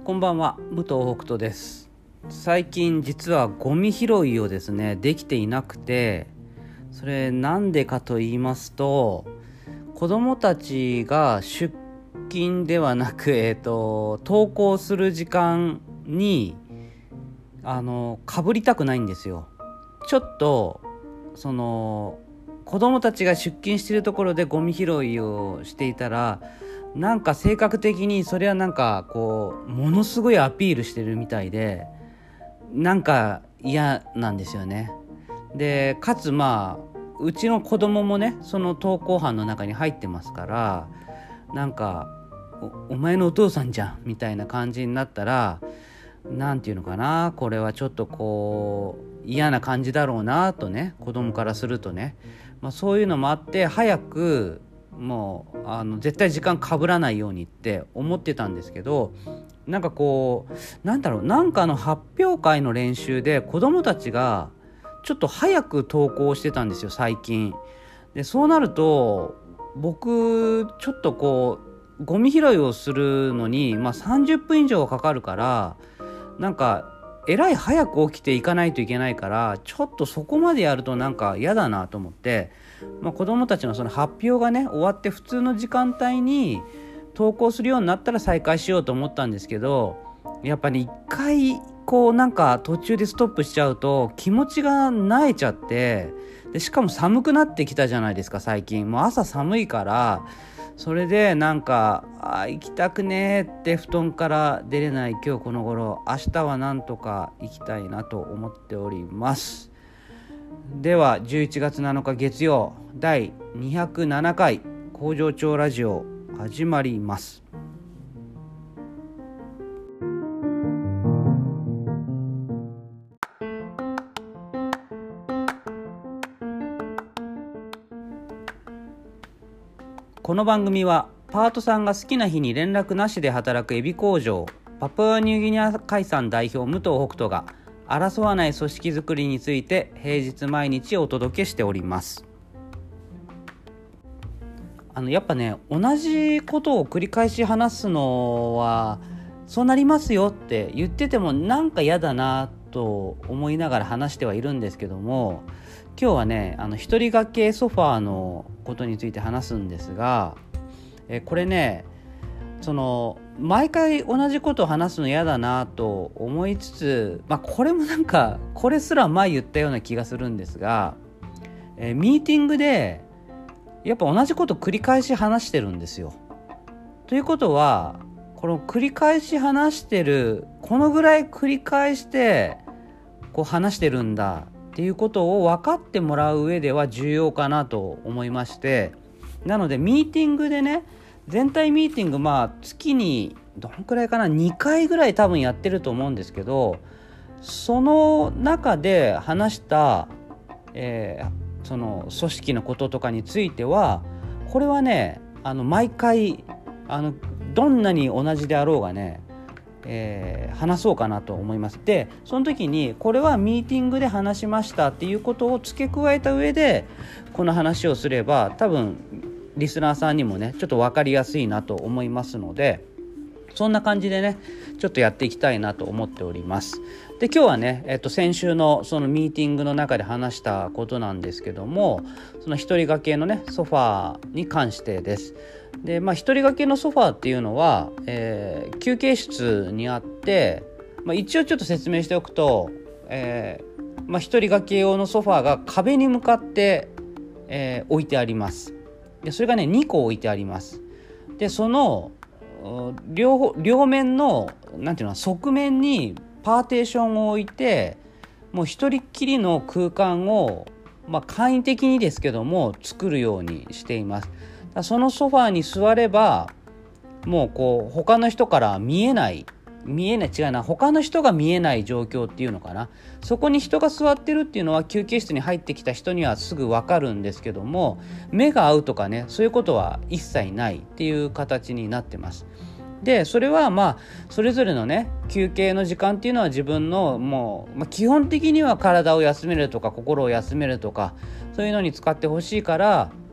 こんばんは、武藤北斗です。最近実はゴミ拾いをですねできていなくて、それなんでかと言いますと、子供たちが出勤ではなく、登校する時間にかぶりたくないんですよ。ちょっと子供たちが出勤しているところでゴミ拾いをしていたら、なんか性格的にそれはなんかものすごいアピールしてるみたいで、なんか嫌なんですよね。でかつうちの子供もね、その登校班の中に入ってますから、なんか お前のお父さんじゃんみたいな感じになったら、なんていうのかな、これはちょっと嫌な感じだろうなとね、子供からするとね、そういうのもあって早くもう絶対時間かぶらないようにって思ってたんですけど、なんかなんかの発表会の練習で子供たちがちょっと早く登校してたんですよ、最近。でそうなると僕ちょっとゴミ拾いをするのに、30分以上かかるから、なんかえらい早く起きていかないといけないから、ちょっとそこまでやるとなんか嫌だなと思って、子どもたちのその発表がね終わって普通の時間帯に登校するようになったら再開しようと思ったんですけど、やっぱり一回なんか途中でストップしちゃうと気持ちが萎えちゃって、でしかも寒くなってきたじゃないですか、最近。もう朝寒いから、それでなんか行きたくねーって布団から出れない今日この頃、明日はなんとか行きたいなと思っております。では11月7日月曜、第207回工場長ラジオ始まります。この番組はパートさんが好きな日に連絡なしで働くエビ工場パプアニューギニア海産代表武藤北斗が争わない組織づくりについて平日毎日お届けしております。やっぱね、同じことを繰り返し話すのはそうなりますよって言っててもなんか嫌だなと思いながら話してはいるんですけども、今日はね一人掛けソファーのことについて話すんですが、これね、毎回同じことを話すの嫌だなと思いつつ、これもなんかこれすら前言ったような気がするんですが、ミーティングでやっぱ同じこと繰り返し話してるんですよ。ということは、この繰り返し話してる、このぐらい繰り返して話してるんだっていうことを分かってもらう上では重要かなと思いまして、なのでミーティングでね、全体ミーティング月にどのくらいかな、2回ぐらい多分やってると思うんですけど、その中で話した、その組織のこととかについては、これはね毎回どんなに同じであろうがね、話そうかなと思います。でその時にこれはミーティングで話しましたっていうことを付け加えた上でこの話をすれば、多分リスナーさんにもねちょっと分かりやすいなと思いますので、そんな感じでねちょっとやっていきたいなと思っております。で今日はね、先週のそのミーティングの中で話したことなんですけども、その一人掛けのねソファーに関してです。で一人掛けのソファーっていうのは、休憩室にあって、一応ちょっと説明しておくと、一人掛け用のソファーが壁に向かって、置いてあります。でそれがね2個置いてあります。でその両面のなんていうの、側面にパーテーションを置いて、もう一人っきりの空間を、簡易的にですけども作るようにしています。そのソファーに座ればもう他の人から他の人が見えない状況っていうのかな、そこに人が座ってるっていうのは休憩室に入ってきた人にはすぐ分かるんですけども、目が合うとかね、そういうことは一切ないっていう形になってます。でそれはそれぞれのね休憩の時間っていうのは自分のもう、基本的には体を休めるとか心を休めるとかそういうのに使ってほしいから、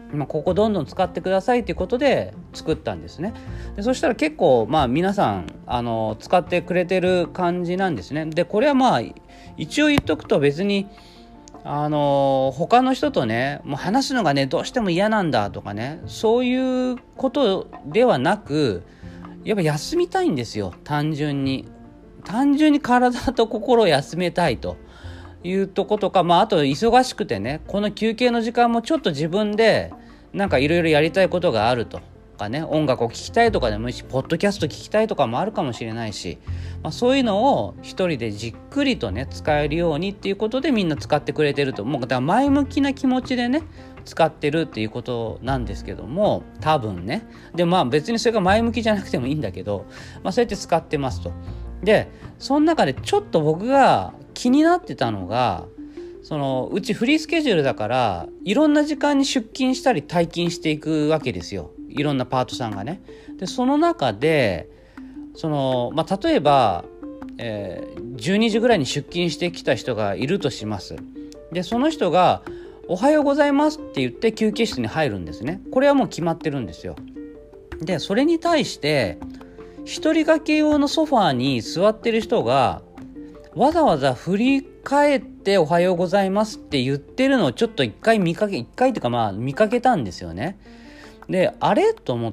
ここどんどん使ってくださいということで作ったんですね。でそしたら結構皆さん使ってくれてる感じなんですね。でこれは一応言っとくと、別に他の人とねもう話すのがねどうしても嫌なんだとかね、そういうことではなく、やっぱ休みたいんですよ。単純に体と心を休めたいというとことか、あと忙しくてね、この休憩の時間もちょっと自分でなんかいろいろやりたいことがあるとかね、音楽を聴きたいとかでもいいし、ポッドキャスト聞きたいとかもあるかもしれないし、そういうのを一人でじっくりとね使えるようにっていうことでみんな使ってくれてると。もうだから前向きな気持ちでね使ってるっていうことなんですけども、多分ね。で別にそれが前向きじゃなくてもいいんだけど、そうやって使ってますと。でその中でちょっと僕が気になってたのが、うちフリースケジュールだからいろんな時間に出勤したり退勤していくわけですよ、いろんなパートさんがね。でその中で例えば、12時ぐらいに出勤してきた人がいるとします。でその人がおはようございますって言って休憩室に入るんですね。これはもう決まってるんですよ。でそれに対して一人掛け用のソファーに座ってる人がわざわざ振り返っておはようございますって言ってるのをちょっと一回というか見かけたんですよね。であれと思って、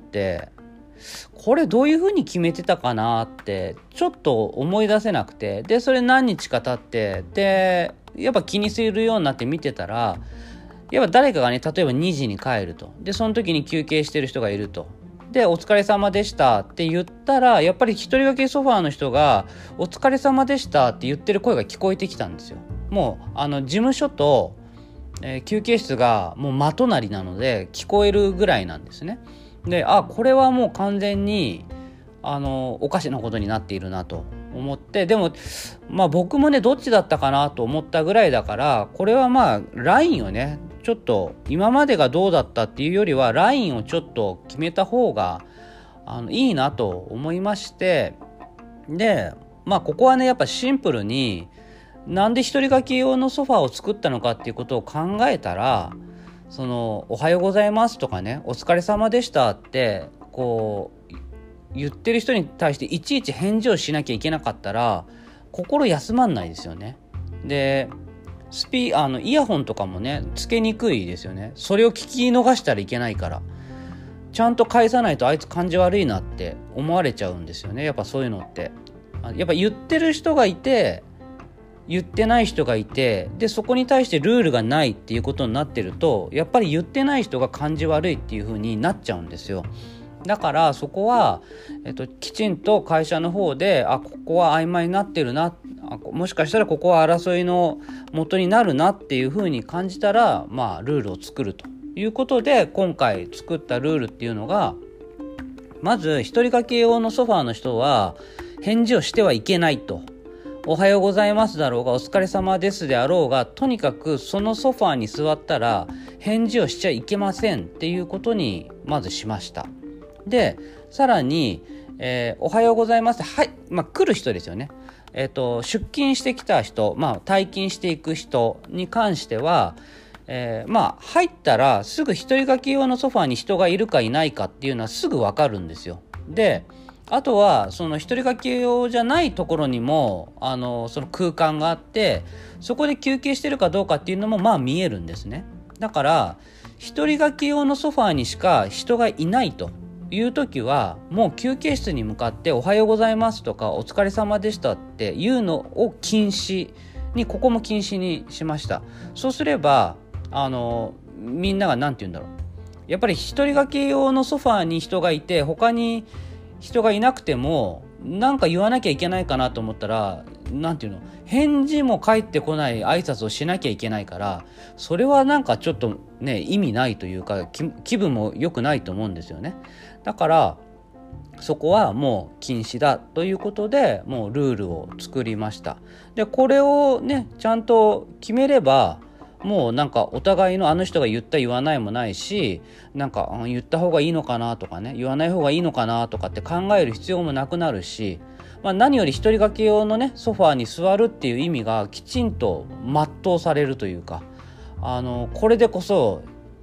これどういう風に決めてたかなってちょっと思い出せなくて、でそれ何日か経って、でやっぱ気にするようになって見てたら、やっぱ誰かがね例えば2時に帰ると。でその時に休憩してる人がいると。でお疲れ様でしたって言ったら、やっぱり一人掛けソファーの人がお疲れ様でしたって言ってる声が聞こえてきたんですよ。もう事務所と、休憩室がもう真隣なので聞こえるぐらいなんですね。でこれはもう完全におかしなことになっているなと思って、でも僕もねどっちだったかなと思ったぐらいだから、これはラインをねちょっと今までがどうだったっていうよりはラインをちょっと決めた方がいいなと思いまして、でここはねやっぱシンプルになんで一人掛け用のソファーを作ったのかっていうことを考えたら、おはようございますとかねお疲れ様でしたってこう言ってる人に対していちいち返事をしなきゃいけなかったら心休まんないですよね。でイヤホンとかもねつけにくいですよね。それを聞き逃したらいけないから、ちゃんと返さないとあいつ感じ悪いなって思われちゃうんですよね。やっぱそういうのってやっぱ言ってる人がいて言ってない人がいて、でそこに対してルールがないっていうことになってると、やっぱり言ってない人が感じ悪いっていう風になっちゃうんですよ。だからそこは、きちんと会社の方でここは曖昧になってるな、もしかしたらここは争いの元になるなっていう風に感じたらルールを作るということで、今回作ったルールっていうのが、まず一人掛け用のソファーの人は返事をしてはいけないと。おはようございますだろうがお疲れ様ですであろうが、とにかくそのソファーに座ったら返事をしちゃいけませんっていうことにまずしました。でさらに、おはようございますはい、来る人ですよね。出勤してきた人、退勤していく人に関しては、入ったらすぐ一人掛け用のソファーに人がいるかいないかっていうのはすぐ分かるんですよ。であとはその一人掛け用じゃないところにもその空間があって、そこで休憩してるかどうかっていうのも見えるんですね。だから一人掛け用のソファーにしか人がいないという時は、もう休憩室に向かっておはようございますとかお疲れ様でしたっていうのを禁止に、ここも禁止にしました。そうすればみんながなんて言うんだろう、やっぱり一人掛け用のソファーに人がいて他に人がいなくてもなんか言わなきゃいけないかなと思ったら、なんていうの、返事も返ってこない挨拶をしなきゃいけないから、それはなんかちょっとね意味ないというか、気分も良くないと思うんですよね。だからそこはもう禁止だということで、もうルールを作りました。でこれをねちゃんと決めれば、もうなんかお互いの人が言った言わないもないし、なんか言った方がいいのかなとかね、言わない方がいいのかなとかって考える必要もなくなるし、何より一人掛け用のねソファーに座るっていう意味がきちんと全うされるというか、これでこそ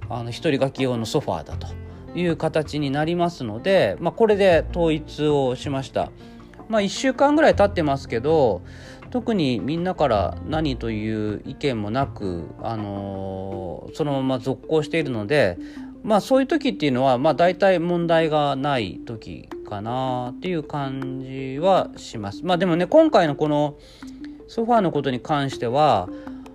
一人掛け用のソファーだという形になりますので、これで統一をしました。1週間ぐらい経ってますけど、特にみんなから何という意見もなく、そのまま続行しているので、そういう時っていうのは大体問題がない時かなっていう感じはします。でもね、今回のこのソファーのことに関しては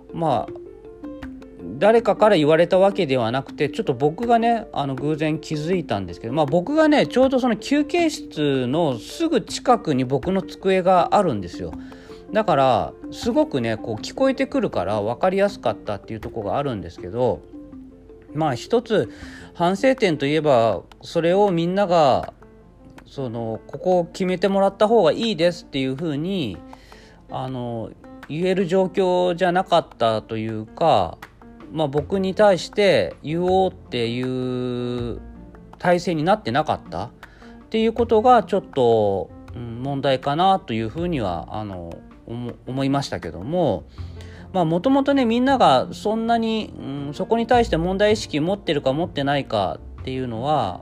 誰かから言われたわけではなくて、ちょっと僕がね偶然気づいたんですけど、僕がねちょうどその休憩室のすぐ近くに僕の机があるんですよ。だからすごくねこう聞こえてくるから分かりやすかったっていうところがあるんですけど、一つ反省点といえば、それをみんながここを決めてもらった方がいいですっていう風に言える状況じゃなかったというか、僕に対して言おうっていう体制になってなかったっていうことがちょっと、問題かなというふうには思いましたけども、もともとねみんながそんなに、そこに対して問題意識持ってるか持ってないかっていうのは、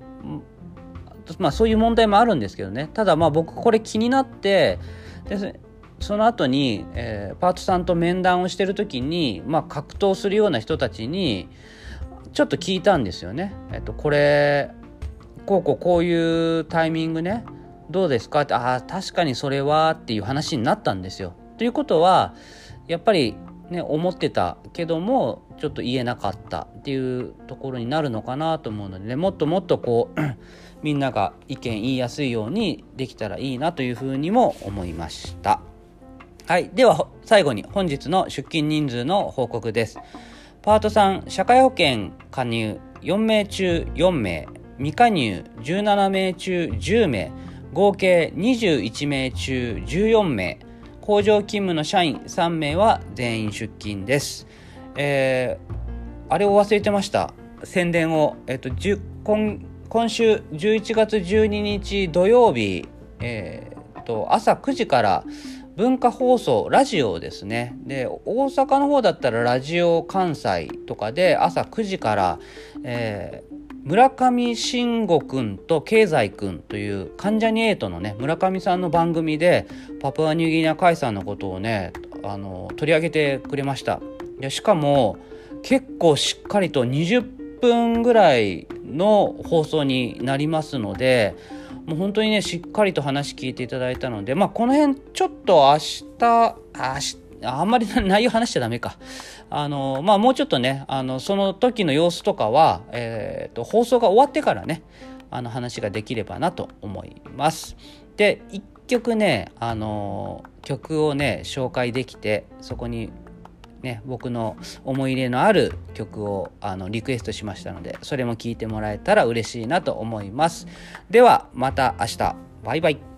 そういう問題もあるんですけどね。ただ僕これ気になってでその後に、パートさんと面談をしてる時に、格闘するような人たちにちょっと聞いたんですよね。これこういうタイミングねどうですかって、確かにそれはっていう話になったんですよ。ということはやっぱりね思ってたけどもちょっと言えなかったっていうところになるのかなと思うのでね、もっともっとこうみんなが意見言いやすいようにできたらいいなというふうにも思いました。はい、では最後に本日の出勤人数の報告です。パート3、社会保険加入4名中4名、未加入17名中10名、合計21名中14名、工場勤務の社員3名は全員出勤です。あれを忘れてました。宣伝を、今週11月12日土曜日、朝9時から文化放送ラジオですね。で大阪の方だったらラジオ関西とかで朝9時から、村上信五くんと経済くんという関ジャニ∞のね村上さんの番組でパプアニューギニア海産のことをね取り上げてくれました。しかも結構しっかりと20分ぐらいの放送になりますので、もう本当にねしっかりと話聞いていただいたので、この辺ちょっとあんまり内容話しちゃダメか。もうちょっとねその時の様子とかは、放送が終わってからね話ができればなと思います。で一曲ね曲をね紹介できて、そこにね僕の思い入れのある曲をリクエストしましたので、それも聞いてもらえたら嬉しいなと思います。ではまた明日、バイバイ。